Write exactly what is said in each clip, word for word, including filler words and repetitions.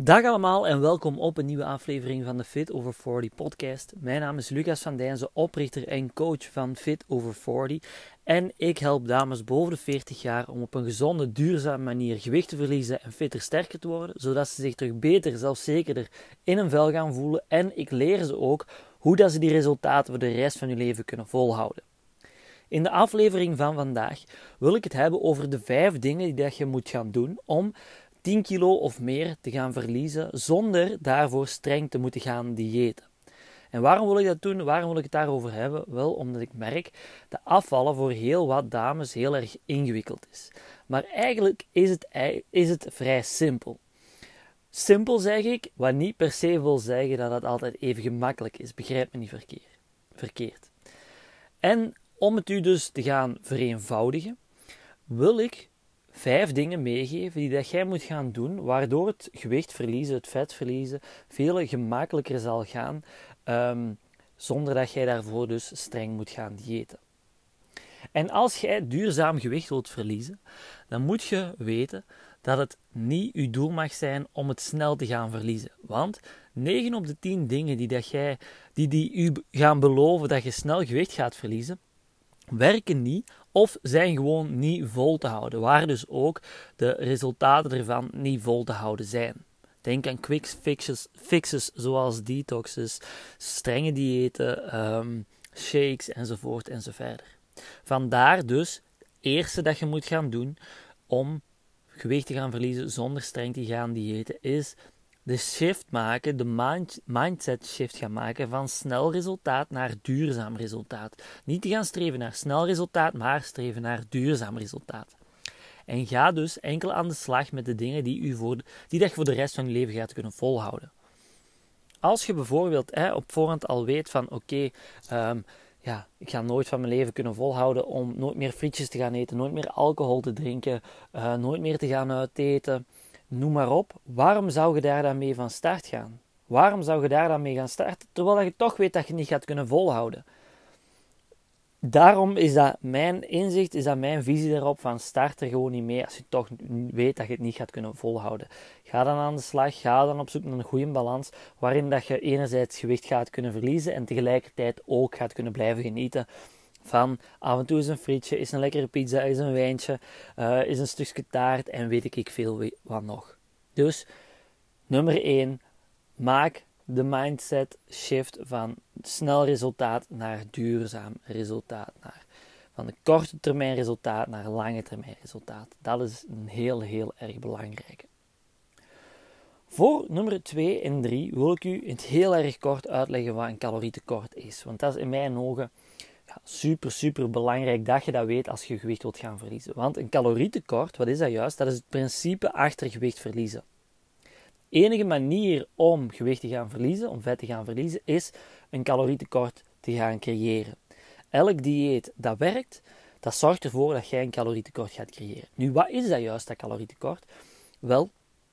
Dag allemaal en welkom op een nieuwe aflevering van de Fit Over veertig podcast. Mijn naam is Lucas van Dijnzen, oprichter en coach van Fit Over veertig. En ik help dames boven de veertig jaar om op een gezonde, duurzame manier gewicht te verliezen en fitter sterker te worden, zodat ze zich terug beter, zelfzekerder in hun vel gaan voelen. En ik leer ze ook hoe dat ze die resultaten voor de rest van hun leven kunnen volhouden. In de aflevering van vandaag wil ik het hebben over de vijf dingen die dat je moet gaan doen om tien kilo of meer te gaan verliezen zonder daarvoor streng te moeten gaan diëten. En waarom wil ik dat doen? Waarom wil ik het daarover hebben? Wel, omdat ik merk dat afvallen voor heel wat dames heel erg ingewikkeld is. Maar eigenlijk is het, is het vrij simpel. Simpel zeg ik, wat niet per se wil zeggen dat het altijd even gemakkelijk is. Begrijp me niet verkeerd. En om het u dus te gaan vereenvoudigen, wil ik vijf dingen meegeven die dat jij moet gaan doen, waardoor het gewicht verliezen, het vet verliezen, veel gemakkelijker zal gaan, um, zonder dat jij daarvoor dus streng moet gaan diëten. En als jij duurzaam gewicht wilt verliezen, dan moet je weten dat het niet je doel mag zijn om het snel te gaan verliezen. Want negen op de tien dingen die, dat jij, die, die u gaan beloven dat je snel gewicht gaat verliezen, werken niet of zijn gewoon niet vol te houden, waar dus ook de resultaten ervan niet vol te houden zijn. Denk aan quick fixes, fixes zoals detoxes, strenge diëten, um, shakes enzovoort enzoverder. Vandaar dus het eerste dat je moet gaan doen om gewicht te gaan verliezen zonder streng te gaan diëten is de shift maken, de mind, mindset shift gaan maken van snel resultaat naar duurzaam resultaat. Niet te gaan streven naar snel resultaat, maar streven naar duurzaam resultaat. En ga dus enkel aan de slag met de dingen die, u voor de, die dat je voor de rest van je leven gaat kunnen volhouden. Als je bijvoorbeeld hè, op voorhand al weet van oké, okay, um, ja, ik ga nooit van mijn leven kunnen volhouden om nooit meer frietjes te gaan eten, nooit meer alcohol te drinken, uh, nooit meer te gaan uiteten, noem maar op. Waarom zou je daar dan mee van start gaan? Waarom zou je daar dan mee gaan starten, terwijl je toch weet dat je niet gaat kunnen volhouden? Daarom is dat mijn inzicht, is dat mijn visie daarop van start er gewoon niet mee als je toch weet dat je het niet gaat kunnen volhouden. Ga dan aan de slag, ga dan op zoek naar een goede balans waarin dat je enerzijds gewicht gaat kunnen verliezen en tegelijkertijd ook gaat kunnen blijven genieten van af en toe is een frietje, is een lekkere pizza, is een wijntje, uh, is een stukje taart en weet ik veel wat nog. Dus nummer één, maak de mindset shift van snel resultaat naar duurzaam resultaat. Naar, van de korte termijn resultaat naar lange termijn resultaat. Dat is een heel, heel erg belangrijke. Voor nummer twee en drie wil ik u in het heel erg kort uitleggen wat een calorietekort is. Want dat is in mijn ogen ja, super, super belangrijk dat je dat weet als je gewicht wilt gaan verliezen. Want een calorietekort, wat is dat juist? Dat is het principe achter gewicht verliezen. De enige manier om gewicht te gaan verliezen, om vet te gaan verliezen, is een calorietekort te gaan creëren. Elk dieet dat werkt, dat zorgt ervoor dat jij een calorietekort gaat creëren. Nu, wat is dat juist, dat calorietekort? Wel,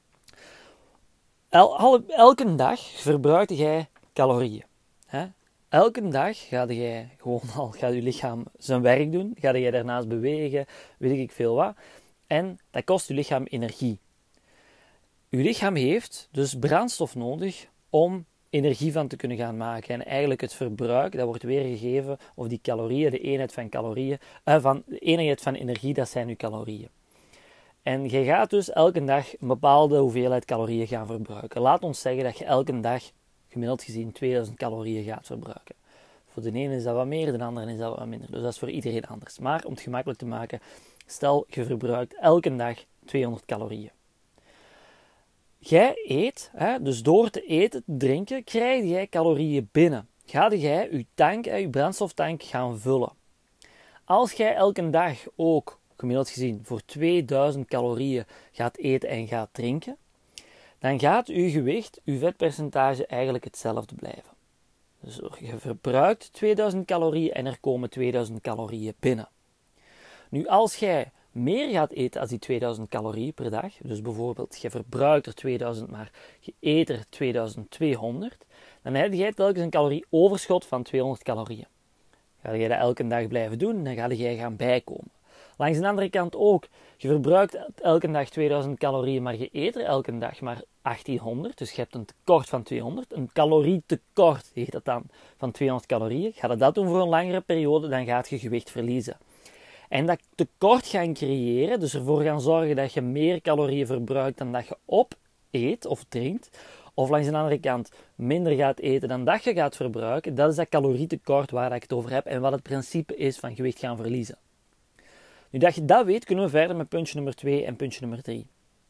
el, el, elke dag verbruikt jij calorieën. Hè? Elke dag ga jij gewoon al, gaat je lichaam zijn werk doen, ga jij daarnaast bewegen, weet ik veel wat. En dat kost je lichaam energie. Uw lichaam heeft dus brandstof nodig om energie van te kunnen gaan maken. En eigenlijk het verbruik, dat wordt weergegeven, of die calorieën, de eenheid van calorieën, uh, van, de eenheid van energie, dat zijn uw calorieën. En je gaat dus elke dag een bepaalde hoeveelheid calorieën gaan verbruiken. Laat ons zeggen dat je elke dag, gemiddeld gezien, tweeduizend calorieën gaat verbruiken. Voor de ene is dat wat meer, de andere is dat wat minder. Dus dat is voor iedereen anders. Maar om het gemakkelijk te maken, stel je verbruikt elke dag tweehonderd calorieën. Jij eet, hè, dus door te eten, te drinken, krijg jij calorieën binnen. Ga jij je tank, je brandstoftank gaan vullen. Als jij elke dag ook, gemiddeld gezien, voor tweeduizend calorieën gaat eten en gaat drinken, dan gaat je gewicht, je vetpercentage eigenlijk hetzelfde blijven. Dus je verbruikt tweeduizend calorieën en er komen tweeduizend calorieën binnen. Nu, als jij meer gaat eten als die tweeduizend calorieën per dag, dus bijvoorbeeld je verbruikt er tweeduizend, maar je eet er tweeduizend tweehonderd, dan heb je telkens een calorieoverschot van tweehonderd calorieën. Ga je dat elke dag blijven doen, dan ga je gaan bijkomen. Langs de andere kant ook, je verbruikt elke dag tweeduizend calorieën, maar je eet er elke dag maar achttienhonderd. Dus je hebt een tekort van tweehonderd. Een calorietekort heet dat dan, van tweehonderd calorieën. Ga je dat doen voor een langere periode, dan gaat je gewicht verliezen. En dat tekort gaan creëren, dus ervoor gaan zorgen dat je meer calorieën verbruikt dan dat je opeet of drinkt, of langs de andere kant minder gaat eten dan dat je gaat verbruiken, dat is dat calorietekort waar ik het over heb en wat het principe is van gewicht gaan verliezen. Nu dat je dat weet, kunnen we verder met puntje nummer twee en puntje nummer drie.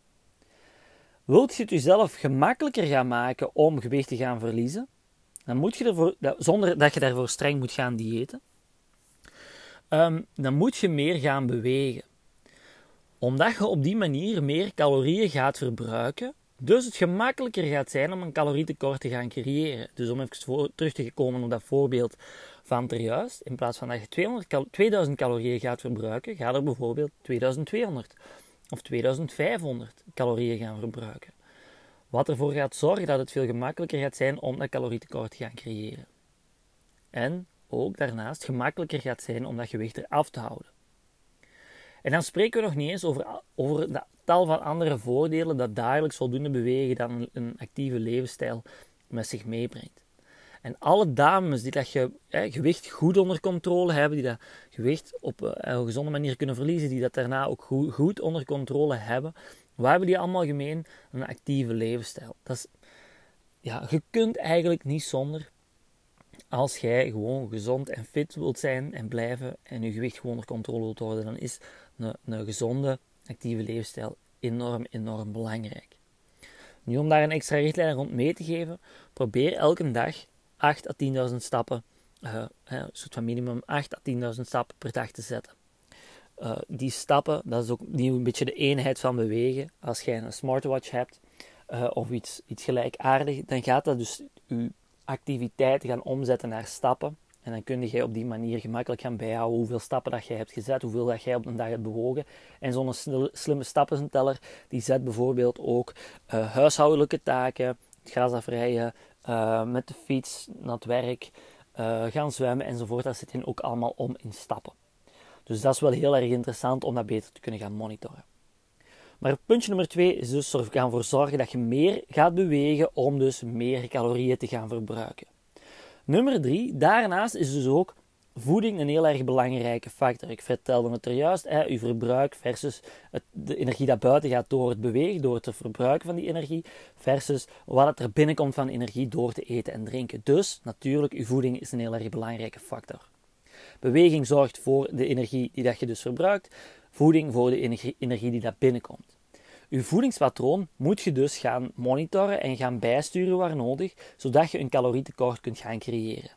Wilt je het jezelf gemakkelijker gaan maken om gewicht te gaan verliezen, dan moet je ervoor, zonder dat je daarvoor streng moet gaan diëten, um, dan moet je meer gaan bewegen. Omdat je op die manier meer calorieën gaat verbruiken, dus het gemakkelijker gaat zijn om een calorietekort te gaan creëren. Dus om even voor, terug te komen op dat voorbeeld van terjuist, in plaats van dat je tweehonderd, tweeduizend calorieën gaat verbruiken, ga er bijvoorbeeld tweeduizend tweehonderd of tweeduizend vijfhonderd calorieën gaan verbruiken. Wat ervoor gaat zorgen dat het veel gemakkelijker gaat zijn om dat calorietekort te gaan creëren. En ook daarnaast gemakkelijker gaat zijn om dat gewicht eraf te houden. En dan spreken we nog niet eens over, over dat tal van andere voordelen dat dagelijks voldoende bewegen dan een, een actieve levensstijl met zich meebrengt. En alle dames die dat ge, eh, gewicht goed onder controle hebben, die dat gewicht op uh, een gezonde manier kunnen verliezen, die dat daarna ook goed, goed onder controle hebben, wat hebben die allemaal gemeen? Een actieve levensstijl. Dat is, ja, je kunt eigenlijk niet zonder, als jij gewoon gezond en fit wilt zijn en blijven en je gewicht gewoon onder controle wilt houden, dan is een, een gezonde, actieve levensstijl enorm, enorm belangrijk. Nu, om daar een extra richtlijn rond mee te geven, probeer elke dag acht à tienduizend stappen, uh, een soort van minimum acht à tienduizend stappen per dag te zetten. Uh, die stappen, dat is ook nieuw een beetje de eenheid van bewegen. Als jij een smartwatch hebt uh, of iets, iets gelijkaardigs, dan gaat dat dus je activiteiten gaan omzetten naar stappen. En dan kun je op die manier gemakkelijk gaan bijhouden hoeveel stappen dat jij hebt gezet, hoeveel dat jij op een dag hebt bewogen. En zo'n slimme stappenteller, die zet bijvoorbeeld ook uh, huishoudelijke taken, het gras afrijden, uh, met de fiets naar het werk, uh, gaan zwemmen enzovoort. Dat zit in ook allemaal om in stappen. Dus dat is wel heel erg interessant om dat beter te kunnen gaan monitoren. Maar puntje nummer twee is dus er gaan voor zorgen dat je meer gaat bewegen om dus meer calorieën te gaan verbruiken. Nummer drie, daarnaast is dus ook voeding een heel erg belangrijke factor. Ik vertelde het er juist, hè, uw verbruik versus het, de energie dat buiten gaat door het bewegen, door het verbruiken van die energie, versus wat er binnenkomt van energie door te eten en drinken. Dus natuurlijk, uw voeding is een heel erg belangrijke factor. Beweging zorgt voor de energie die dat je dus verbruikt, voeding voor de energie, energie die dat binnenkomt. Uw voedingspatroon moet je dus gaan monitoren en gaan bijsturen waar nodig, zodat je een calorietekort kunt gaan creëren.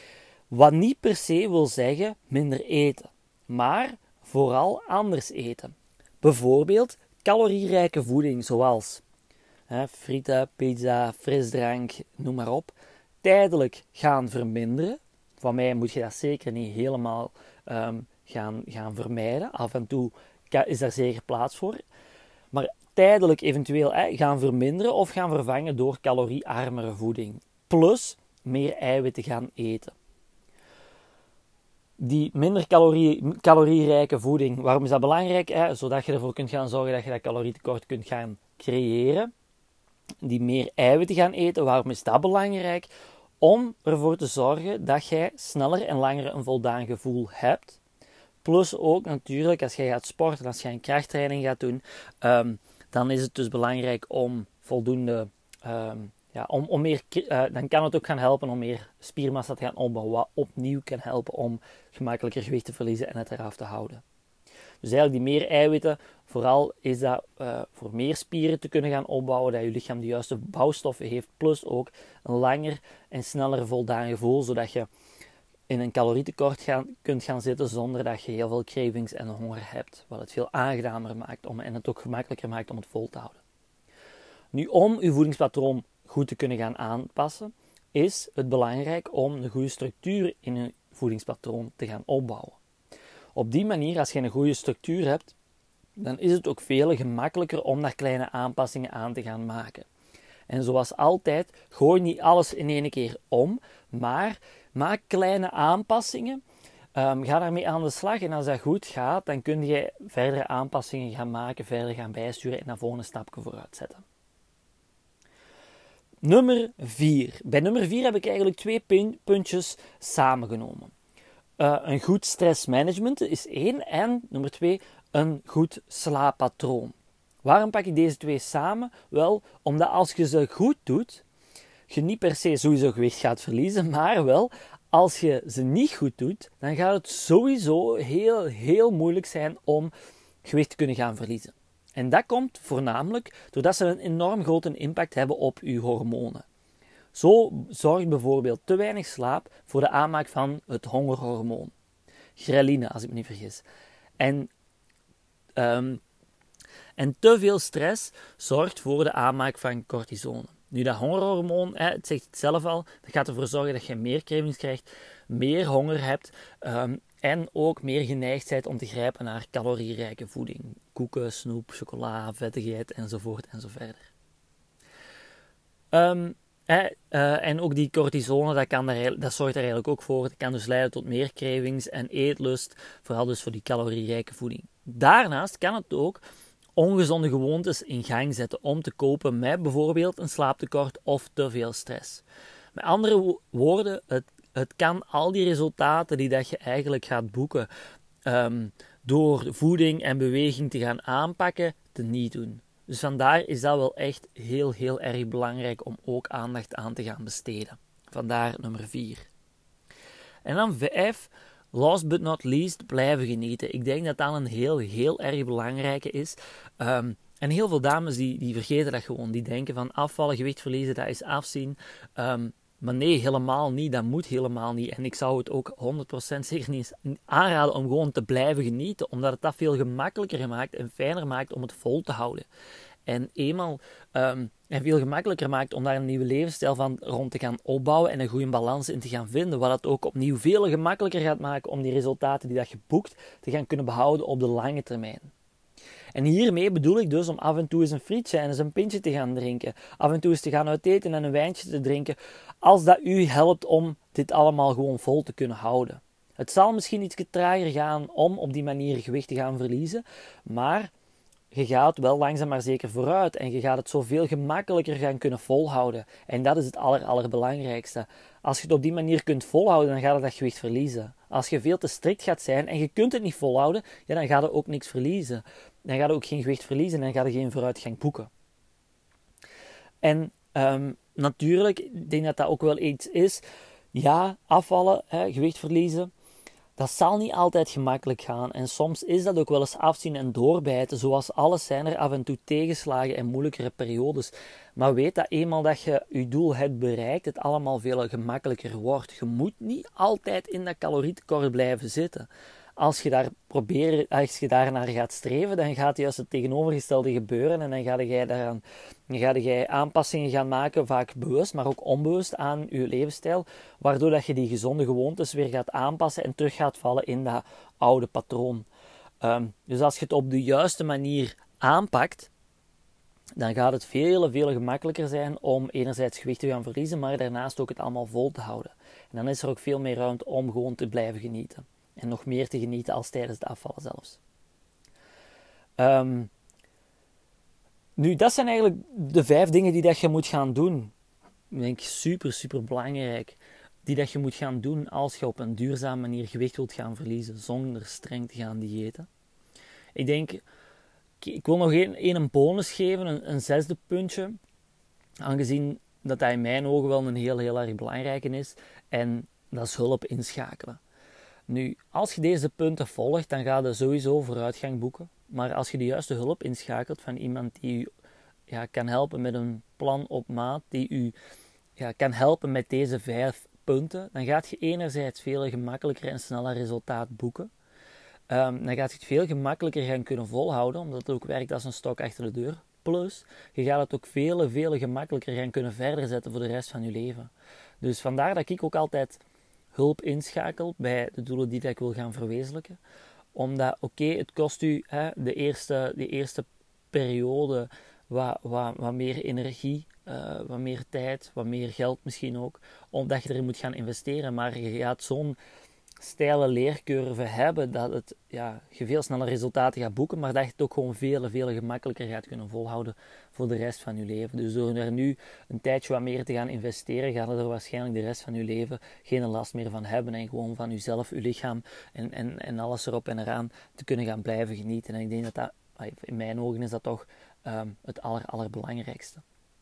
Wat niet per se wil zeggen minder eten, maar vooral anders eten. Bijvoorbeeld calorierijke voeding zoals hè, frieten, pizza, frisdrank, noem maar op, tijdelijk gaan verminderen. Van mij moet je dat zeker niet helemaal um, gaan, gaan vermijden. Af en toe is daar zeker plaats voor. Maar tijdelijk eventueel eh, gaan verminderen of gaan vervangen door caloriearmere voeding. Plus meer eiwitten gaan eten. Die minder calorie, calorierijke voeding, waarom is dat belangrijk? Eh? Zodat je ervoor kunt gaan zorgen dat je dat calorietekort kunt gaan creëren. Die meer eiwitten gaan eten, waarom is dat belangrijk? Om ervoor te zorgen dat jij sneller en langer een voldaan gevoel hebt. Plus ook natuurlijk als jij gaat sporten, als jij een krachttraining gaat doen, um, dan is het dus belangrijk om voldoende, um, ja, om, om meer, uh, dan kan het ook gaan helpen om meer spiermassa te gaan opbouwen, wat opnieuw kan helpen om gemakkelijker gewicht te verliezen en het eraf te houden. Dus eigenlijk die meer eiwitten, vooral is dat uh, voor meer spieren te kunnen gaan opbouwen, dat je lichaam de juiste bouwstoffen heeft, plus ook een langer en sneller voldaan gevoel, zodat je in een calorietekort gaan, kunt gaan zitten zonder dat je heel veel cravings en honger hebt, wat het veel aangenamer maakt om, en het ook gemakkelijker maakt om het vol te houden. Nu, om je voedingspatroon goed te kunnen gaan aanpassen, is het belangrijk om een goede structuur in je voedingspatroon te gaan opbouwen. Op die manier, als je een goede structuur hebt, dan is het ook veel gemakkelijker om daar kleine aanpassingen aan te gaan maken. En zoals altijd, gooi niet alles in één keer om, maar maak kleine aanpassingen Um, ga daarmee aan de slag en als dat goed gaat, dan kun je verdere aanpassingen gaan maken, verder gaan bijsturen en naar volgende stapje vooruit zetten. Nummer vier. Bij nummer vier heb ik eigenlijk twee pin- puntjes samengenomen. Uh, een goed stressmanagement is één en nummer twee, een goed slaappatroon. Waarom pak ik deze twee samen? Wel, omdat als je ze goed doet, je niet per se sowieso gewicht gaat verliezen, maar wel, als je ze niet goed doet, dan gaat het sowieso heel, heel moeilijk zijn om gewicht te kunnen gaan verliezen. En dat komt voornamelijk doordat ze een enorm grote impact hebben op je hormonen. Zo zorgt bijvoorbeeld te weinig slaap voor de aanmaak van het hongerhormoon. Ghreline, als ik me niet vergis. En, um, en te veel stress zorgt voor de aanmaak van cortisone. Nu, dat hongerhormoon, het zegt het zelf al, dat gaat ervoor zorgen dat je meer cravings krijgt, meer honger hebt um, en ook meer geneigd bent om te grijpen naar calorierijke voeding. Koeken, snoep, chocola, vettigheid enzovoort enzoverder. Um, eh, uh, en ook die cortisone, dat, kan daar, dat zorgt er eigenlijk ook voor. Dat kan dus leiden tot meer cravings en eetlust, vooral dus voor die calorierijke voeding. Daarnaast kan het ook ongezonde gewoontes in gang zetten om te kopen met bijvoorbeeld een slaaptekort of te veel stress. Met andere woorden, het, het kan al die resultaten die dat je eigenlijk gaat boeken um, door voeding en beweging te gaan aanpakken, te niet doen. Dus vandaar is dat wel echt heel, heel erg belangrijk om ook aandacht aan te gaan besteden. Vandaar nummer vier. En dan vijf. Last but not least, blijven genieten. Ik denk dat dat een heel, heel erg belangrijke is. Um, en heel veel dames die, die vergeten dat gewoon. Die denken van afvallen, gewicht verliezen, dat is afzien. Um, maar nee, helemaal niet. Dat moet helemaal niet. En ik zou het ook honderd procent zeker niet aanraden om gewoon te blijven genieten. Omdat het dat veel gemakkelijker maakt en fijner maakt om het vol te houden. En eenmaal um, en veel gemakkelijker maakt om daar een nieuwe levensstijl van rond te gaan opbouwen en een goede balans in te gaan vinden. Wat het ook opnieuw veel gemakkelijker gaat maken om die resultaten die dat je boekt te gaan kunnen behouden op de lange termijn. En hiermee bedoel ik dus om af en toe eens een frietje en eens een pintje te gaan drinken. Af en toe eens te gaan uit eten en een wijntje te drinken. Als dat u helpt om dit allemaal gewoon vol te kunnen houden. Het zal misschien iets trager gaan om op die manier gewicht te gaan verliezen. Maar je gaat wel langzaam maar zeker vooruit. En je gaat het zoveel gemakkelijker gaan kunnen volhouden. En dat is het aller, allerbelangrijkste. Als je het op die manier kunt volhouden, dan gaat het dat gewicht verliezen. Als je veel te strikt gaat zijn en je kunt het niet volhouden, ja, dan gaat je ook niks verliezen. Dan gaat je ook geen gewicht verliezen en dan ga je geen vooruitgang boeken. En um, natuurlijk, ik denk dat dat ook wel iets is. Ja, afvallen, hè, gewicht verliezen, dat zal niet altijd gemakkelijk gaan. En soms is dat ook wel eens afzien en doorbijten. Zoals alles zijn er af en toe tegenslagen en moeilijkere periodes. Maar weet dat eenmaal dat je je doel hebt bereikt, het allemaal veel gemakkelijker wordt. Je moet niet altijd in dat calorietekort blijven zitten. Als je daar probeert, als je daar naar gaat streven, dan gaat juist het tegenovergestelde gebeuren en dan ga jij daaraan, dan ga jij aanpassingen gaan maken, vaak bewust, maar ook onbewust aan je levensstijl, waardoor dat je die gezonde gewoontes weer gaat aanpassen en terug gaat vallen in dat oude patroon. Um, dus als je het op de juiste manier aanpakt, dan gaat het veel, veel gemakkelijker zijn om enerzijds gewicht te gaan verliezen, maar daarnaast ook het allemaal vol te houden. En dan is er ook veel meer ruimte om gewoon te blijven genieten. En nog meer te genieten als tijdens het afvallen zelfs. Um, nu, dat zijn eigenlijk de vijf dingen die dat je moet gaan doen. Ik denk super, super belangrijk. Die dat je moet gaan doen als je op een duurzame manier gewicht wilt gaan verliezen. Zonder streng te gaan diëten. Ik denk, ik wil nog één een bonus geven. Een, een zesde puntje. Aangezien dat dat in mijn ogen wel een heel, heel erg belangrijke is. En dat is hulp inschakelen. Nu, als je deze punten volgt, dan ga je sowieso vooruitgang boeken. Maar als je de juiste hulp inschakelt van iemand die je ja, kan helpen met een plan op maat, die je ja, kan helpen met deze vijf punten, dan gaat je enerzijds veel gemakkelijker en sneller resultaat boeken. Um, dan gaat je het veel gemakkelijker gaan kunnen volhouden, omdat het ook werkt als een stok achter de deur. Plus, je gaat het ook veel, veel gemakkelijker gaan kunnen verder zetten voor de rest van je leven. Dus vandaar dat ik ook altijd hulp inschakel bij de doelen die ik wil gaan verwezenlijken. Omdat, oké, okay, het kost u hè, de, eerste, de eerste periode wat, wat, wat meer energie, uh, wat meer tijd, wat meer geld misschien ook, omdat je erin moet gaan investeren. Maar je gaat zo'n steile leercurve hebben, dat het, ja, je veel sneller resultaten gaat boeken, maar dat je het ook gewoon veel, veel gemakkelijker gaat kunnen volhouden voor de rest van je leven. Dus door er nu een tijdje wat meer te gaan investeren, gaat er waarschijnlijk de rest van je leven geen last meer van hebben en gewoon van jezelf, je lichaam en, en, en alles erop en eraan te kunnen gaan blijven genieten. En ik denk dat dat, in mijn ogen is dat toch um, het aller, allerbelangrijkste.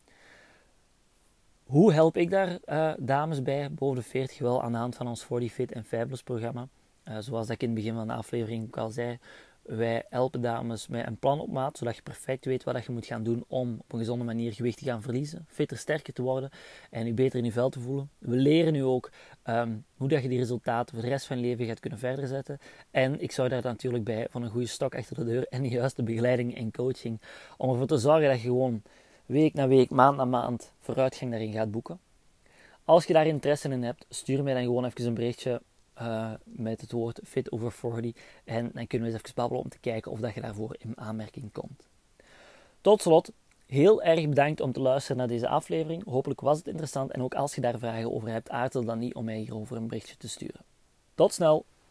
Hoe help ik daar uh, dames bij, boven de veertig, wel aan de hand van ons forty Fit and Fabulous programma. Uh, zoals dat ik in het begin van de aflevering ook al zei, wij helpen dames met een plan op maat, zodat je perfect weet wat je moet gaan doen om op een gezonde manier gewicht te gaan verliezen, fitter, sterker te worden en je beter in je vel te voelen. We leren nu ook um, hoe dat je die resultaten voor de rest van je leven gaat kunnen verder zetten. En ik zou daar natuurlijk bij van een goede stok achter de deur en de juiste begeleiding en coaching, om ervoor te zorgen dat je gewoon week na week, maand na maand vooruitgang daarin gaat boeken. Als je daar interesse in hebt, stuur mij dan gewoon even een berichtje uh, met het woord Fit Over forty en dan kunnen we eens even babbelen om te kijken of dat je daarvoor in aanmerking komt. Tot slot, heel erg bedankt om te luisteren naar deze aflevering. Hopelijk was het interessant en ook als je daar vragen over hebt, aarzel dan niet om mij hierover een berichtje te sturen. Tot snel!